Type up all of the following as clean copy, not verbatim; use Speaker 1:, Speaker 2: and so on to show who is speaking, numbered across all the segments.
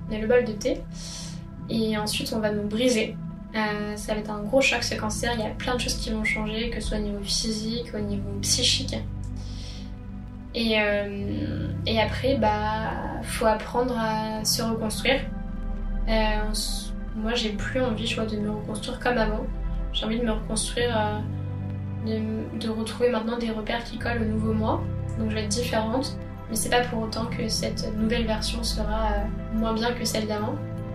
Speaker 1: le bol de thé. Et ensuite, on va nous briser. Ça va être un gros choc ce cancer. Il y a plein de choses qui vont changer, que ce soit au niveau physique, au niveau psychique. Et après, faut apprendre à se reconstruire. Moi, j'ai plus envie, de me reconstruire comme avant. J'ai envie de me reconstruire, de retrouver maintenant des repères qui collent au nouveau moi. Donc, je vais être différente. Mais c'est pas pour autant que cette nouvelle version sera moins bien que celle d'avant.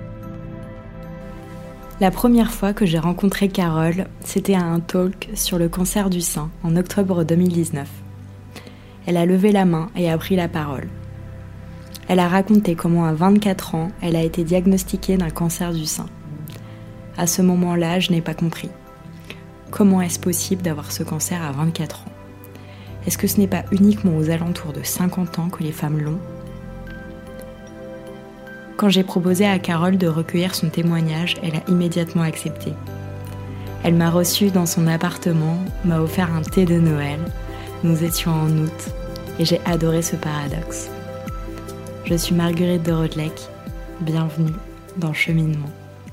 Speaker 2: La première fois que j'ai rencontré Carole, c'était à un talk sur le cancer du sein en octobre 2019. Elle a levé la main et a pris la parole. Elle a raconté comment à 24 ans, elle a été diagnostiquée d'un cancer du sein. À ce moment-là, je n'ai pas compris. Comment est-ce possible d'avoir ce cancer à 24 ans ? Est-ce que ce n'est pas uniquement aux alentours de 50 ans que les femmes l'ont ? Quand j'ai proposé à Carole de recueillir son témoignage, elle a immédiatement accepté. Elle m'a reçue dans son appartement, m'a offert un thé de Noël. Nous étions en août et j'ai adoré ce paradoxe. Je suis Marguerite de Rodelec. Bienvenue dans Cheminement.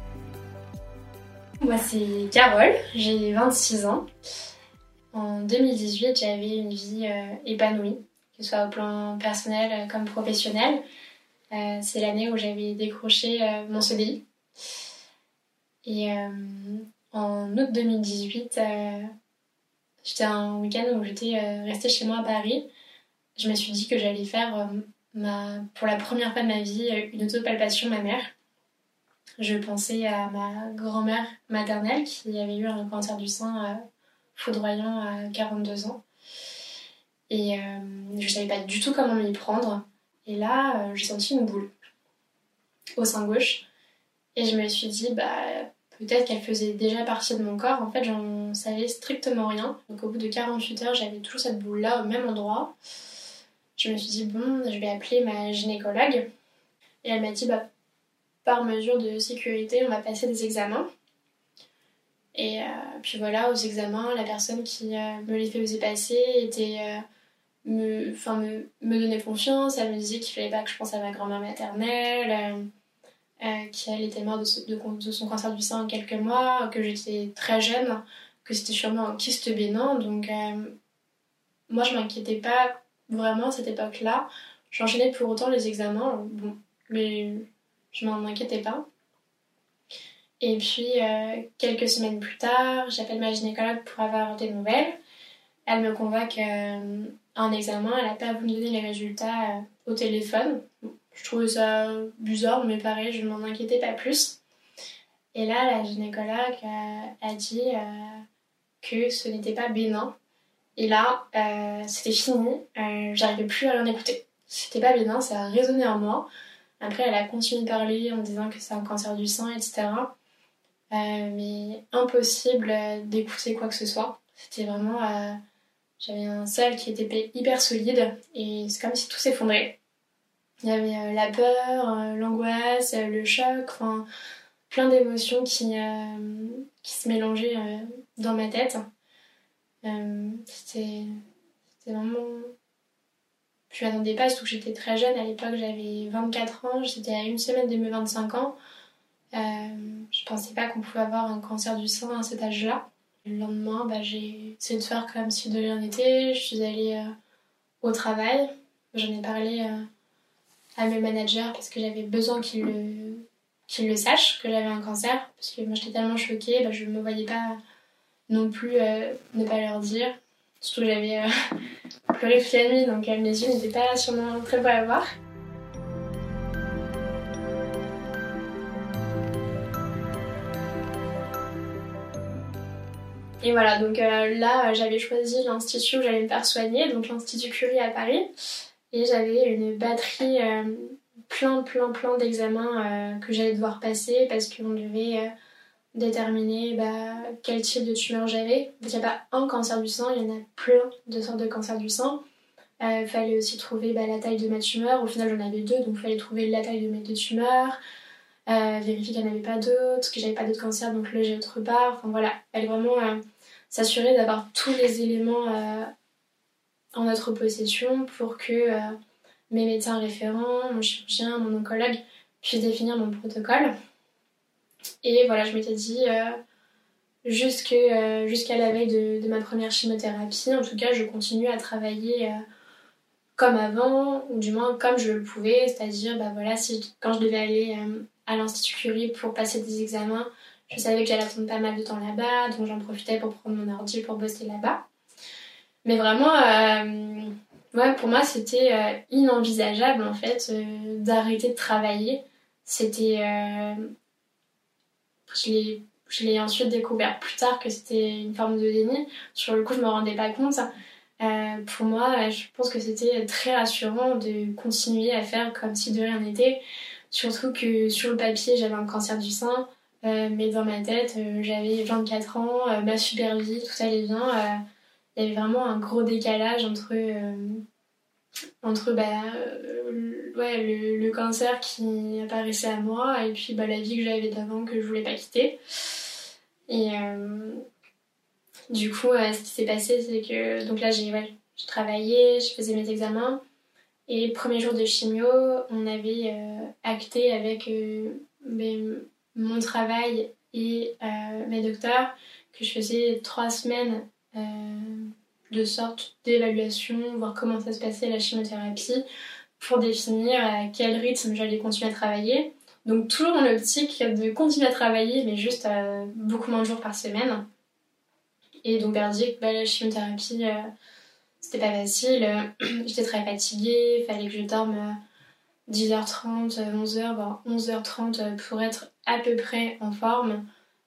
Speaker 1: Moi, c'est Carole, j'ai 26 ans. En 2018, j'avais une vie épanouie, que ce soit au plan personnel comme professionnel. C'est l'année où j'avais décroché mon CDI. Et en août 2018, j'étais un week-end où j'étais restée chez moi à Paris. Je me suis dit que j'allais faire, pour la première fois de ma vie, une autopalpation mammaire. Je pensais à ma grand-mère maternelle qui avait eu un cancer du sein foudroyant à 42 ans. Et je ne savais pas du tout comment m'y prendre. Et là, j'ai senti une boule au sein gauche. Et je me suis dit, peut-être qu'elle faisait déjà partie de mon corps. En fait, j'en savais strictement rien. Donc au bout de 48 heures, j'avais toujours cette boule-là au même endroit. Je me suis dit, je vais appeler ma gynécologue. Et elle m'a dit, par mesure de sécurité, on va passer des examens. Et puis voilà, aux examens, la personne qui me les faisait passer me donnait confiance. Elle me disait qu'il fallait pas que je pense à ma grand-mère maternelle, qu'elle était morte de son cancer du sein en quelques mois, que j'étais très jeune, que c'était sûrement un kyste bénin. Donc moi, je m'inquiétais pas vraiment à cette époque-là. J'enchaînais pour autant les examens, mais je m'en inquiétais pas. Et puis, quelques semaines plus tard, j'appelle ma gynécologue pour avoir des nouvelles. Elle me convoque à un examen. Elle n'a pas voulu me donner les résultats au téléphone. Je trouvais ça bizarre, mais pareil, je ne m'en inquiétais pas plus. Et là, la gynécologue a dit que ce n'était pas bénin. Et là, c'était fini. J'arrivais plus à rien écouter. C'était pas bénin, ça a résonné en moi. Après, elle a continué de parler en me disant que c'est un cancer du sein, etc. Mais impossible d'écouter quoi que ce soit. C'était vraiment... j'avais un sol qui était hyper solide et c'est comme si tout s'effondrait. Il y avait la peur, l'angoisse, le choc, plein d'émotions qui se mélangeaient dans ma tête. C'était vraiment... Je m'attendais pas, surtout que j'étais très jeune. À l'époque, j'avais 24 ans, j'étais à une semaine de mes 25 ans. Je pensais pas qu'on pouvait avoir un cancer du sein à cet âge-là. Le lendemain, j'ai essayé de faire comme si de rien n'était. Je suis allée au travail. J'en ai parlé à mes managers parce que j'avais besoin qu'ils le sachent, que j'avais un cancer. Parce que moi, j'étais tellement choquée, je ne me voyais pas non plus ne pas leur dire. Surtout que j'avais pleuré toute la nuit, donc mes yeux n'étaient pas sûrement très beaux à voir. Et voilà, donc là, j'avais choisi l'institut où j'allais me faire soigner, donc l'Institut Curie à Paris. Et j'avais une batterie, plein d'examens que j'allais devoir passer parce qu'on devait déterminer quel type de tumeur j'avais. Il n'y a pas un cancer du sein, il y en a plein de sortes de cancers du sein. Il fallait aussi trouver la taille de ma tumeur. Au final, j'en avais 2, donc il fallait trouver la taille de mes 2 tumeurs. Vérifier qu'il n'y en avait pas d'autres, que j'avais pas d'autres cancers, donc loger autre part. Enfin voilà, il fallait vraiment s'assurer d'avoir tous les éléments en notre possession pour que mes médecins référents, mon chirurgien, mon oncologue puis définir mon protocole. Et voilà, je m'étais dit, jusqu'à la veille de ma première chimiothérapie, en tout cas, je continue à travailler comme avant, ou du moins comme je le pouvais, c'est-à-dire voilà, quand je devais aller à l'Institut Curie pour passer des examens, je savais que j'allais attendre pas mal de temps là-bas, donc j'en profitais pour prendre mon ordi pour bosser là-bas. Mais vraiment, ouais, pour moi, c'était inenvisageable en fait d'arrêter de travailler. C'était, je l'ai ensuite découvert plus tard que c'était une forme de déni. Sur le coup, je me rendais pas compte. Pour moi, je pense que c'était très rassurant de continuer à faire comme si de rien n'était. Surtout que sur le papier, j'avais un cancer du sein, mais dans ma tête, j'avais 24 ans, ma super vie, tout allait bien. Il y avait vraiment un gros décalage entre ouais, le cancer qui apparaissait à moi et puis la vie que j'avais d'avant que je voulais pas quitter. Et du coup, ce qui s'est passé, c'est que donc là, j'ai travaillé, je faisais mes examens. Et le premier jour de chimio, on avait acté avec mon travail et mes docteurs que je faisais 3 semaines de sorte d'évaluation, voir comment ça se passait la chimiothérapie, pour définir à quel rythme j'allais continuer à travailler. Donc toujours dans l'optique de continuer à travailler, mais juste beaucoup moins de jours par semaine. Et donc dire que la chimiothérapie, c'était pas facile. J'étais très fatiguée, fallait que je dorme 10h30, 11h, voire 11h30 pour être à peu près en forme.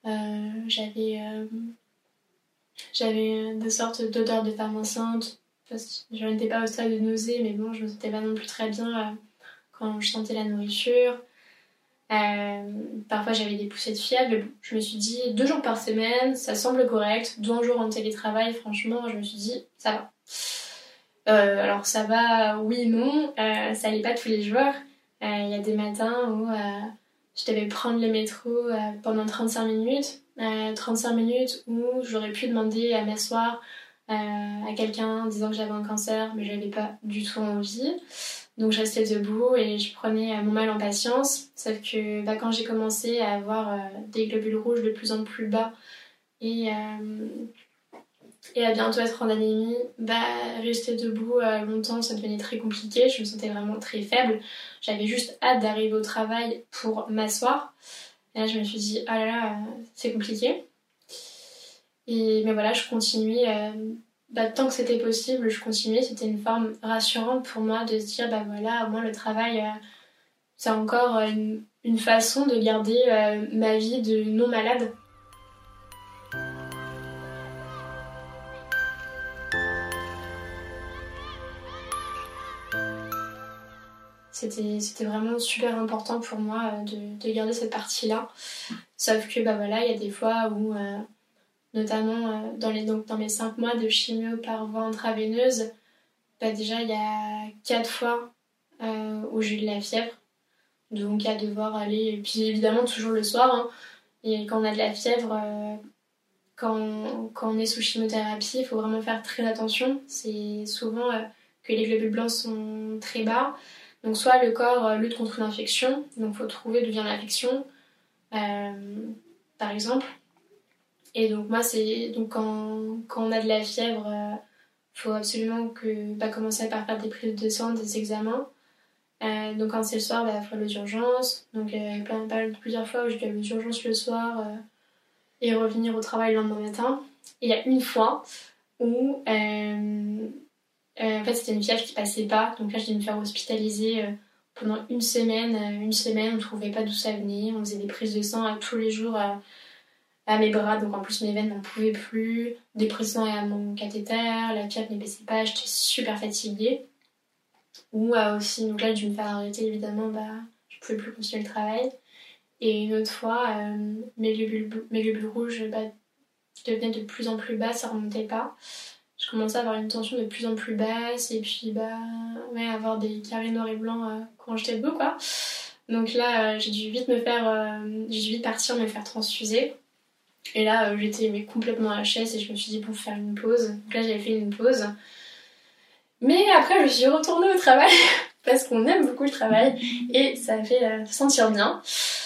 Speaker 1: J'avais des sortes d'odeurs de femme enceinte. Je n'étais pas au stade de nausée, mais bon, je me sentais pas non plus très bien quand je sentais la nourriture. Parfois j'avais des poussées de fièvre, mais bon, je me suis dit 2 jours par semaine, ça semble correct. 2 jours en télétravail, franchement, je me suis dit ça va. Alors ça va, oui, non, ça allait pas tous les jours. Il y a des matins où je devais prendre le métro pendant 35 minutes. 35 minutes où j'aurais pu demander à m'asseoir à quelqu'un disant que j'avais un cancer, mais j'avais pas du tout envie. Donc je restais debout et je prenais mon mal en patience. Sauf que quand j'ai commencé à avoir des globules rouges de plus en plus bas et à bientôt être en anémie, rester debout longtemps, ça devenait très compliqué. Je me sentais vraiment très faible. J'avais juste hâte d'arriver au travail pour m'asseoir. Et là, je me suis dit, ah là là, c'est compliqué. Mais voilà, je continuais. Tant que c'était possible, je continuais. C'était une forme rassurante pour moi de se dire, voilà, au moins le travail, c'est encore une façon de garder ma vie de non malade. C'était vraiment super important pour moi de garder cette partie-là. Sauf que il y a des fois où, notamment dans mes 5 mois de chimio par voie intraveineuse, déjà il y a 4 fois où j'ai eu de la fièvre. Donc à devoir aller, et puis évidemment toujours le soir, hein. Et quand on a de la fièvre, quand on est sous chimiothérapie, il faut vraiment faire très attention. C'est souvent que les globules blancs sont très bas. Donc soit le corps lutte contre une infection, donc il faut trouver d'où vient l'infection, par exemple. Et donc moi, quand on a de la fièvre, faut absolument commencer par faire des prises de sang, des examens. Donc quand c'est le soir, il faut aller aux urgences. Donc il y a plusieurs fois où je dois aller aux urgences le soir et revenir au travail le lendemain matin. Et il y a une fois où en fait, c'était une fièvre qui passait pas, donc là je devais me faire hospitaliser pendant une semaine. On trouvait pas d'où ça venait, on faisait des prises de sang tous les jours à mes bras, donc en plus mes veines n'en pouvaient plus, des prises de sang à mon cathéter, la fièvre n'épaissait pas, j'étais super fatiguée. Ou aussi, donc là j'ai dû me faire arrêter évidemment, je pouvais plus continuer le travail. Et une autre fois, mes globules rouges devenaient de plus en plus bas, ça remontait pas. Je commençais à avoir une tension de plus en plus basse et puis avoir des carrés noirs et blancs quand j'étais debout, quoi. Donc là j'ai dû vite partir me faire transfuser. Et là j'étais complètement HS et je me suis dit faire une pause. Donc là j'avais fait une pause. Mais après je suis retournée au travail parce qu'on aime beaucoup le travail et ça fait se sentir bien.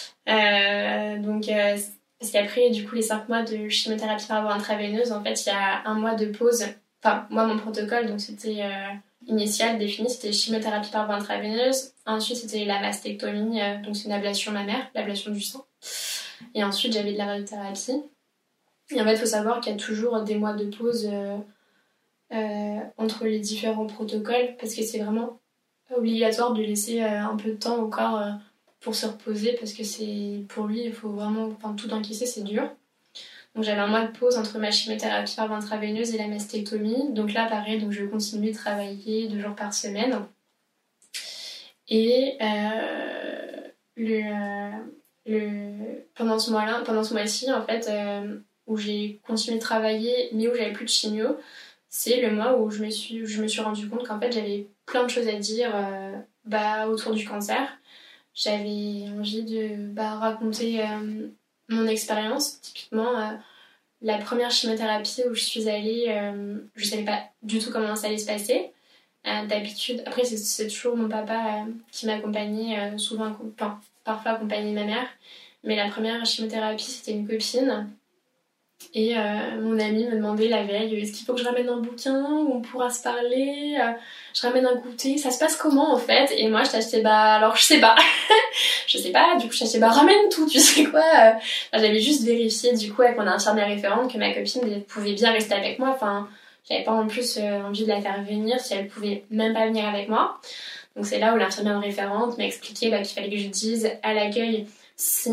Speaker 1: Parce qu'après, du coup, les 5 mois de chimiothérapie par voie intraveineuse, en fait, il y a 1 mois de pause. Enfin, moi, mon protocole, donc c'était initial, défini, c'était chimiothérapie par voie intraveineuse. Ensuite, c'était la mastectomie, donc c'est une ablation mammaire, l'ablation du sein. Et ensuite, j'avais de la radiothérapie. Et en fait, il faut savoir qu'il y a toujours des mois de pause entre les différents protocoles, parce que c'est vraiment obligatoire de laisser un peu de temps au corps pour se reposer, parce que c'est pour lui, il faut vraiment tout encaisser, c'est dur. Donc j'avais 1 mois de pause entre ma chimiothérapie par voie intraveineuse et la mastectomie. Donc là, pareil, donc je continue de travailler 2 jours par semaine. Et pendant ce mois-ci, en fait, où j'ai continué de travailler, mais où j'avais plus de chimio, c'est le mois où je me suis rendu compte qu'en fait, j'avais plein de choses à dire autour du cancer. J'avais envie de raconter mon expérience. Typiquement, la première chimiothérapie où je suis allée, je savais pas du tout comment ça allait se passer. D'habitude, après c'est toujours mon papa qui m'accompagnait, parfois accompagné ma mère. Mais la première chimiothérapie, c'était une copine. Et mon amie me demandait la veille, est-ce qu'il faut que je ramène un bouquin où on pourra se parler, je ramène un goûter, ça se passe comment en fait? Et moi je t'achetais alors je sais pas. Je sais pas, du coup je t'achetais ramène tout, tu sais quoi. J'avais juste vérifié du coup avec mon infirmière référente que ma copine pouvait bien rester avec moi. Enfin, j'avais pas en plus envie de la faire venir si elle pouvait même pas venir avec moi. Donc c'est là où l'infirmière référente m'a expliqué qu'il fallait que je dise à l'accueil si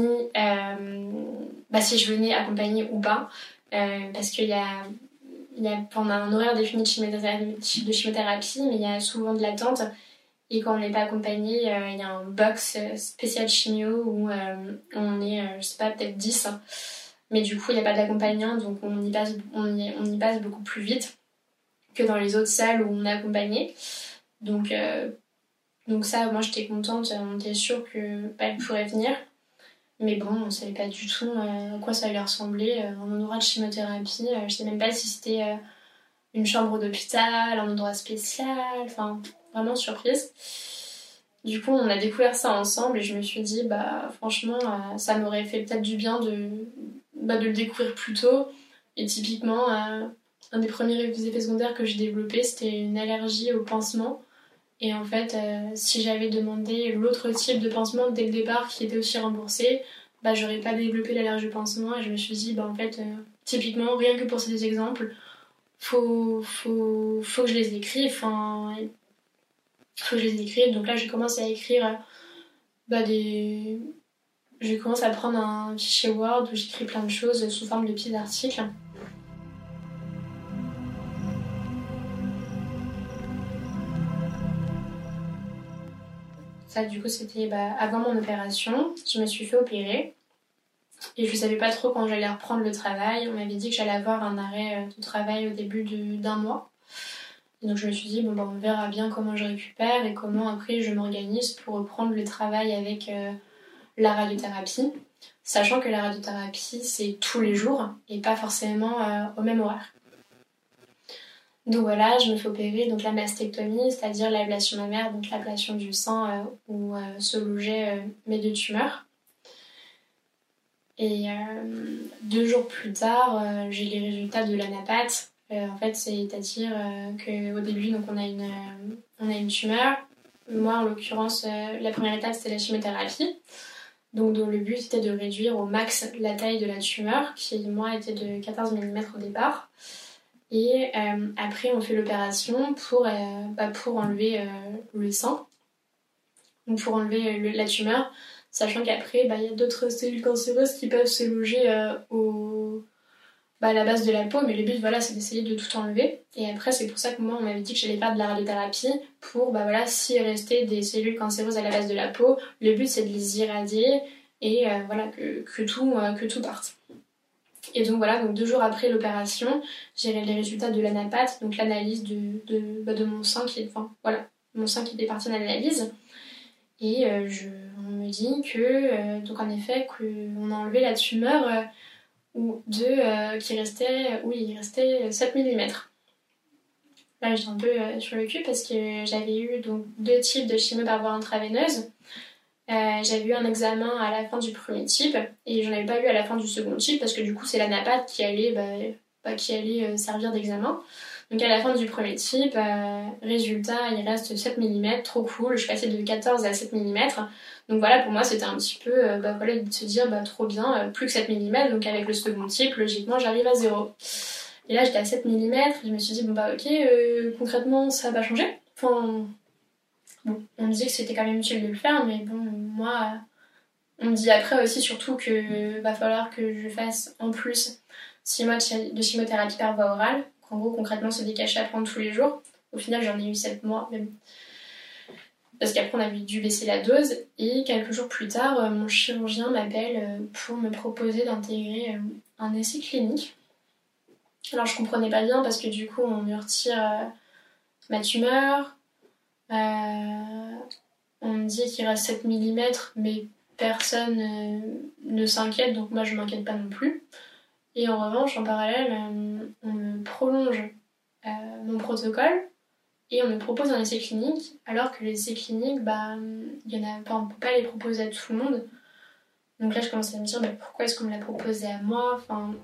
Speaker 1: je venais accompagner ou pas, parce qu'il y a pendant un horaire défini de chimiothérapie, mais il y a souvent de l'attente, et quand on n'est pas accompagné, il y a un box spécial chimio où on est, je sais pas, peut-être 10, mais du coup il n'y a pas d'accompagnant, donc on y passe beaucoup plus vite que dans les autres salles où on est accompagné. Donc ça, moi j'étais contente, on était sûre qu'elle pourrait venir. Mais bon, on savait pas du tout à quoi ça allait ressembler. Un endroit de chimiothérapie, je sais même pas si c'était une chambre d'hôpital, un endroit spécial, enfin vraiment surprise. Du coup, on a découvert ça ensemble et je me suis dit, franchement, ça m'aurait fait peut-être du bien de le découvrir plus tôt. Et typiquement, un des premiers effets secondaires que j'ai développé, c'était une allergie au pansement. Et en fait, si j'avais demandé l'autre type de pansement dès le départ qui était aussi remboursé, j'aurais pas développé l'allergie au pansement. Et je me suis dit, en fait, typiquement, rien que pour ces 2 exemples, faut que je les écrive. Faut que je les écrive. Donc là, j'ai commencé à écrire j'ai commencé à prendre un fichier Word où j'écris plein de choses sous forme de petits articles. Ça, du coup, c'était avant mon opération. Je me suis fait opérer. Et je savais pas trop quand j'allais reprendre le travail. On m'avait dit que j'allais avoir un arrêt de travail au début d'1 mois. Et donc je me suis dit, on verra bien comment je récupère et comment après je m'organise pour reprendre le travail avec la radiothérapie. Sachant que la radiothérapie, c'est tous les jours et pas forcément au même horaire. Donc voilà, je me fais opérer, donc la mastectomie, c'est-à-dire l'ablation mammaire, donc l'ablation du sein où se logeaient mes 2 tumeurs. Et 2 jours plus tard, j'ai les résultats de l'anapathe. En fait, c'est-à-dire qu'au début, donc on a une tumeur. Moi, en l'occurrence, la première étape, c'était la chimiothérapie. Donc le but, c'était de réduire au max la taille de la tumeur, qui, moi, était de 14 mm au départ. Et après, on fait l'opération pour enlever le sein, donc pour enlever la tumeur, sachant qu'après, il y a d'autres cellules cancéreuses qui peuvent se loger à la base de la peau, mais le but, c'est d'essayer de tout enlever. Et après, c'est pour ça que moi, on m'avait dit que j'allais faire de la radiothérapie pour, s'il restait des cellules cancéreuses à la base de la peau, le but, c'est de les irradier et que tout parte. Et donc voilà, 2 jours après l'opération, j'ai les résultats de l'anapathe, donc l'analyse de mon sang mon sang qui était parti en analyse. Et on me dit que, donc en effet, qu'on a enlevé la tumeur il restait 7 mm. là j'étais un peu sur le cul parce que j'avais eu donc 2 types de chimio par voie intraveineuse. J'avais eu un examen à la fin du premier type et j'en avais pas eu à la fin du second type parce que du coup c'est la napate qui allait servir d'examen. Donc à la fin du premier type, résultat, il reste 7 mm, trop cool, je suis passée de 14 à 7 mm. Donc voilà, pour moi c'était un petit peu voilà, de se dire trop bien, plus que 7 mm, donc avec le second type, logiquement j'arrive à 0. Et là j'étais à 7 mm, et je me suis dit ok, concrètement ça va pas changer. Enfin, bon, on me disait que c'était quand même utile de le faire, mais bon, moi, on me dit après aussi surtout que va falloir que je fasse en plus 6 mois de chimiothérapie par voie orale. En gros, concrètement, c'est des cachets à prendre tous les jours. Au final, j'en ai eu 7 mois même. Parce qu'après, on avait dû baisser la dose. Et quelques jours plus tard, mon chirurgien m'appelle pour me proposer d'intégrer un essai clinique. Alors, je comprenais pas bien parce que du coup, on me retire ma tumeur. On me dit qu'il reste 7 mm, mais personne ne s'inquiète, donc moi je m'inquiète pas non plus. Et en revanche, en parallèle, on me prolonge mon protocole et on me propose un essai clinique, alors que les essais cliniques, on peut pas les proposer à tout le monde. Donc là, je commence à me dire pourquoi est-ce qu'on me l'a proposé à moi,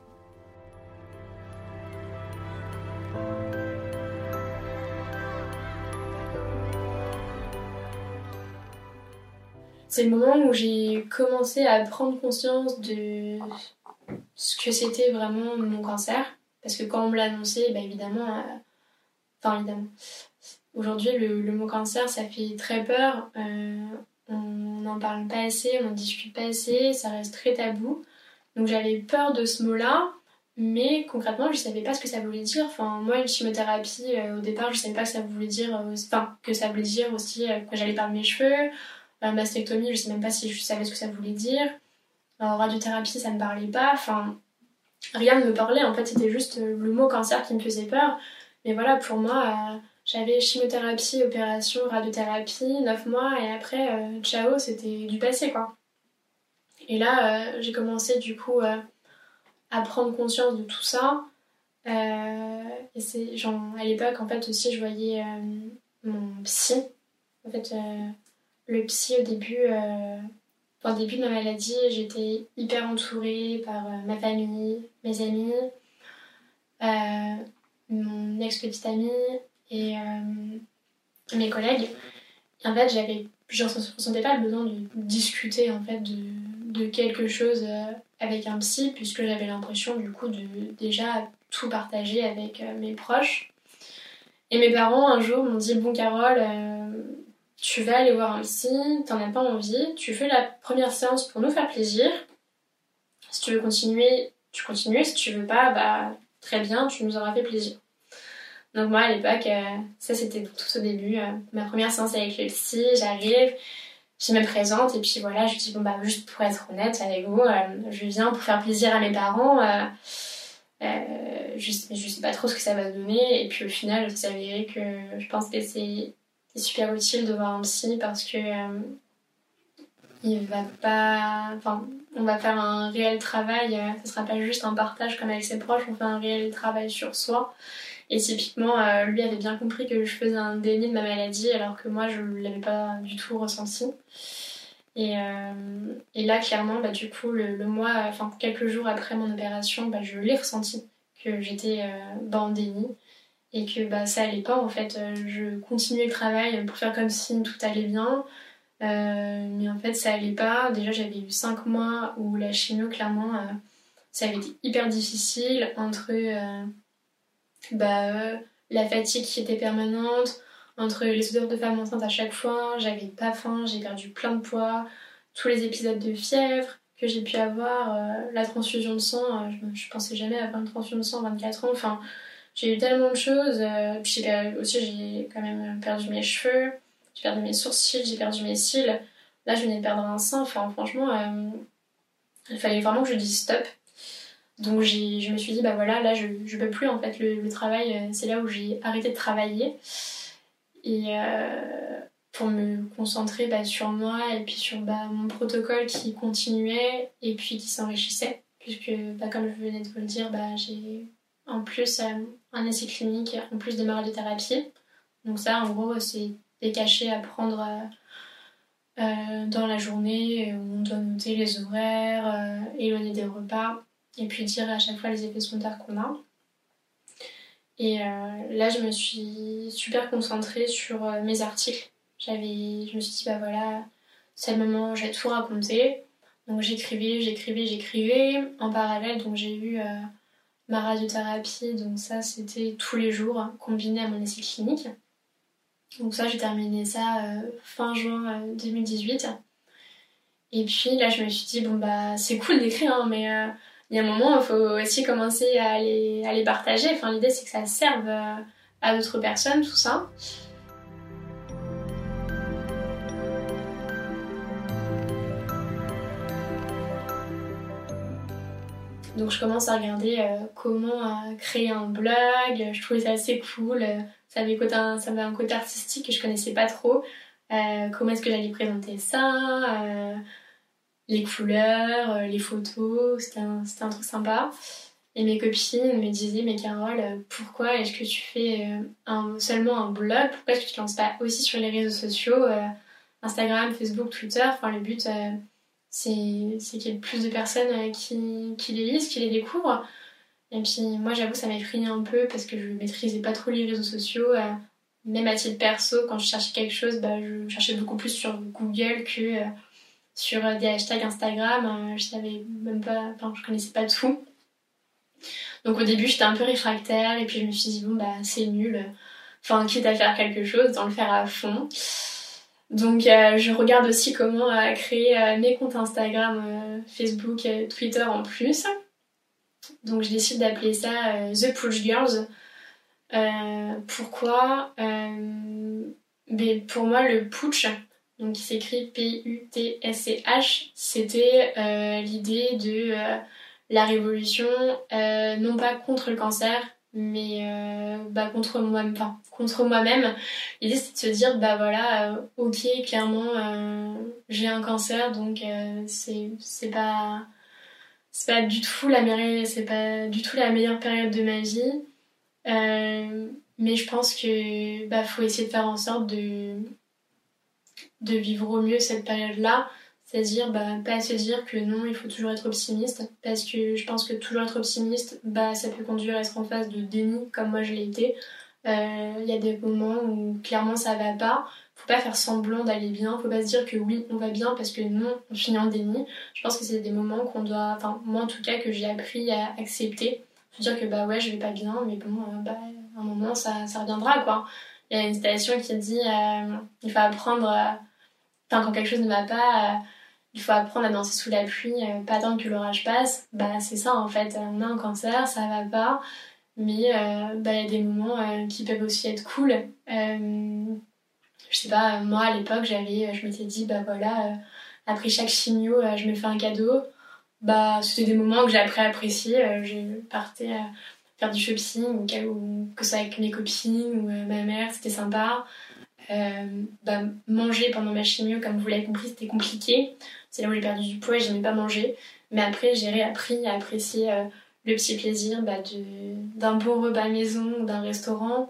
Speaker 1: C'est le moment où j'ai commencé à prendre conscience de ce que c'était vraiment mon cancer. Parce que quand on me l'a annoncé, évidemment... évidemment. Aujourd'hui, le mot cancer, ça fait très peur. On n'en parle pas assez, on n'en discute pas assez, ça reste très tabou. Donc j'avais peur de ce mot-là, mais concrètement, je savais pas ce que ça voulait dire. Moi, une chimiothérapie, au départ, je savais pas que ça voulait dire... que ça voulait dire aussi que j'allais perdre mes cheveux. Mastectomie, je sais même pas si je savais ce que ça voulait dire. Radiothérapie, ça me parlait pas. Rien ne me parlait. En fait, c'était juste le mot cancer qui me faisait peur. Mais voilà, pour moi, j'avais chimiothérapie, opération, radiothérapie, 9 mois, et après, ciao, c'était du passé, quoi. Et là, j'ai commencé, du coup, à prendre conscience de tout ça. Et à l'époque, en fait, aussi, je voyais mon psy. En fait, le psy, au début de ma maladie, j'étais hyper entourée par ma famille, mes amis, mon ex-petite amie et mes collègues. Et en fait, je ressentais pas le besoin de discuter en fait, de quelque chose avec un psy, puisque j'avais l'impression du coup de déjà tout partager avec mes proches. Et mes parents un jour m'ont dit bon Carole, tu vas aller voir un psy, t'en as pas envie, tu fais la première séance pour nous faire plaisir. Si tu veux continuer, tu continues. Si tu veux pas, très bien, tu nous auras fait plaisir. Donc moi, à l'époque, ça c'était tout au début. Ma première séance avec le psy, j'arrive, je me présente et puis voilà, je dis juste pour être honnête avec vous, je viens pour faire plaisir à mes parents. Je sais pas trop ce que ça va donner. Et puis au final, ça s'est avéré que je pense que c'est super utile de voir un psy parce que on va faire un réel travail, ce sera pas juste un partage comme avec ses proches, on fait un réel travail sur soi. Et typiquement, lui avait bien compris que je faisais un déni de ma maladie alors que moi je l'avais pas du tout ressenti. Et là clairement, du coup, le mois, quelques jours après mon opération, je l'ai ressenti, que j'étais en déni. Et que ça allait pas en fait, je continuais le travail pour faire comme si tout allait bien, mais en fait ça allait pas. Déjà j'avais eu 5 mois où la chimio clairement ça avait été hyper difficile entre la fatigue qui était permanente, entre les odeurs de femme enceinte à chaque fois, j'avais pas faim, j'ai perdu plein de poids, tous les épisodes de fièvre que j'ai pu avoir, la transfusion de sang, je pensais jamais avoir une transfusion de sang à 24 ans, j'ai eu tellement de choses. Puis j'ai quand même perdu mes cheveux, j'ai perdu mes sourcils, j'ai perdu mes cils. Là, je venais de perdre un sein. Franchement, il fallait vraiment que je dise stop. Donc, je me suis dit, voilà, là, je peux plus, en fait. Le travail, c'est là où j'ai arrêté de travailler. Et pour me concentrer sur moi et puis sur mon protocole qui continuait et puis qui s'enrichissait. Puisque, comme je venais de vous le dire, j'ai en plus un essai clinique, en plus de ma radiothérapie. Donc ça, en gros, c'est des cachets à prendre dans la journée. On doit noter les horaires, éloigner des repas, et puis dire à chaque fois les effets secondaires qu'on a. Et là, je me suis super concentrée sur mes articles. Je me suis dit, bah voilà, c'est le moment, je vais tout raconter. Donc j'écrivais. En parallèle, donc j'ai eu ma radiothérapie, donc ça c'était tous les jours, combiné à mon essai clinique. Donc ça, j'ai terminé ça fin juin 2018. Et puis là, je me suis dit, bon bah c'est cool d'écrire, hein, mais il y a un moment, il faut aussi commencer à les partager. Enfin, l'idée, c'est que ça serve à d'autres personnes, tout ça. Donc je commence à regarder comment créer un blog. Je trouvais ça assez cool. Ça avait un côté artistique que je connaissais pas trop. Comment est-ce que j'allais présenter ça, les couleurs, les photos, c'était un truc sympa. Et mes copines me disaient, mais Carole, pourquoi est-ce que tu fais seulement un blog? Pourquoi est-ce que tu te lances pas aussi sur les réseaux sociaux, Instagram, Facebook, Twitter? Enfin, le but, c'est qu'il y ait plus de personnes qui les lisent, qui les découvrent. Et puis moi, j'avoue, ça m'effrayait un peu parce que je maîtrisais pas trop les réseaux sociaux. Même à titre perso, quand je cherchais quelque chose, je cherchais beaucoup plus sur Google que sur des hashtags Instagram. Je savais même pas, enfin, je connaissais pas tout. Donc au début, j'étais un peu réfractaire et puis je me suis dit, bon, bah c'est nul. Enfin, quitte à faire quelque chose, d'en le faire à fond. Donc je regarde aussi comment créer mes comptes Instagram, Facebook, Twitter en plus. Donc je décide d'appeler ça The Pooch Girls. Pourquoi mais pour moi, le putsch, donc qui s'écrit P-U-T-S-C-H, c'était l'idée de la révolution, non pas contre le cancer, mais contre moi-même. L'idée, c'est de se dire, bah voilà, ok, clairement, j'ai un cancer, donc c'est pas du tout c'est pas du tout la meilleure période de ma vie. Mais je pense que faut essayer de faire en sorte de vivre au mieux cette période-là. C'est-à-dire, pas se dire que non, il faut toujours être optimiste. Parce que je pense que toujours être optimiste, ça peut conduire à être en phase de déni, comme moi je l'ai été. Il y a des moments où clairement ça va pas. Faut pas faire semblant d'aller bien. Faut pas se dire que oui, on va bien parce que non, on finit en déni. Je pense que c'est des moments qu'on doit, enfin, moi en tout cas, que j'ai appris à accepter. Se dire que ouais, je vais pas bien, mais bon, à un moment ça reviendra quoi. Il y a une citation qui dit il faut apprendre, quand quelque chose ne va pas, il faut apprendre à danser sous la pluie, pas attendre que l'orage passe. C'est ça en fait. On a un cancer, ça va pas, mais il y a des moments qui peuvent aussi être cool. Je sais pas, moi à l'époque je m'étais dit voilà, après chaque chimio je me fais un cadeau. C'était des moments que j'ai appris à apprécier. Je partais faire du shopping ou que ce soit avec mes copines ou ma mère, c'était sympa. Manger pendant ma chimio, comme vous l'avez compris, c'était compliqué. C'est là où j'ai perdu du poids et j'aimais pas manger. Mais après, j'ai réappris à apprécier le petit plaisir d'un bon repas maison ou d'un restaurant.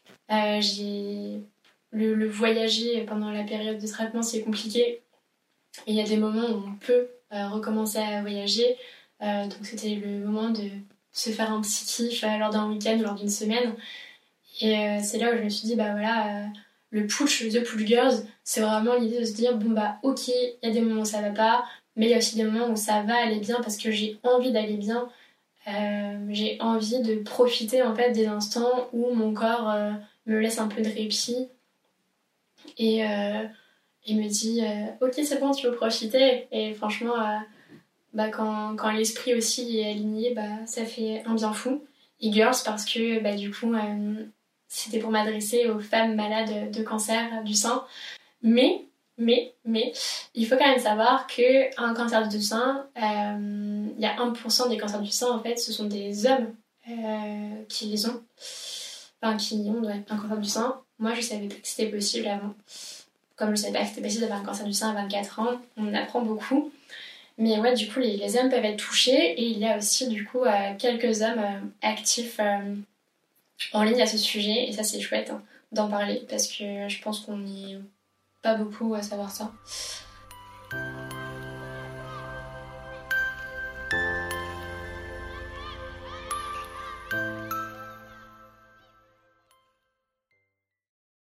Speaker 1: Le voyager pendant la période de traitement, c'est compliqué. Et il y a des moments où on peut recommencer à voyager. Donc c'était le moment de se faire un petit kiff lors d'un week-end ou lors d'une semaine. Et c'est là où je me suis dit, le push, The Push Girls, c'est vraiment l'idée de se dire, ok, il y a des moments où ça va pas, mais il y a aussi des moments où ça va aller bien parce que j'ai envie d'aller bien. J'ai envie de profiter en fait des instants où mon corps me laisse un peu de répit et me dit ok, c'est bon, tu veux profiter. Et franchement, quand l'esprit aussi est aligné, ça fait un bien fou. Et Girls parce que du coup c'était pour m'adresser aux femmes malades de cancer du sein. Mais il faut quand même savoir qu'un cancer du sein, il y a 1% des cancers du sein en fait, ce sont des hommes qui les ont. Enfin, qui ont un cancer du sein. Moi je savais pas que c'était possible avant. Comme je savais pas que c'était possible d'avoir un cancer du sein à 24 ans, on apprend beaucoup. Mais ouais, du coup, les hommes peuvent être touchés et il y a aussi du coup quelques hommes actifs en ligne à ce sujet et ça c'est chouette hein, d'en parler parce que je pense qu'on n'est pas beaucoup à savoir ça.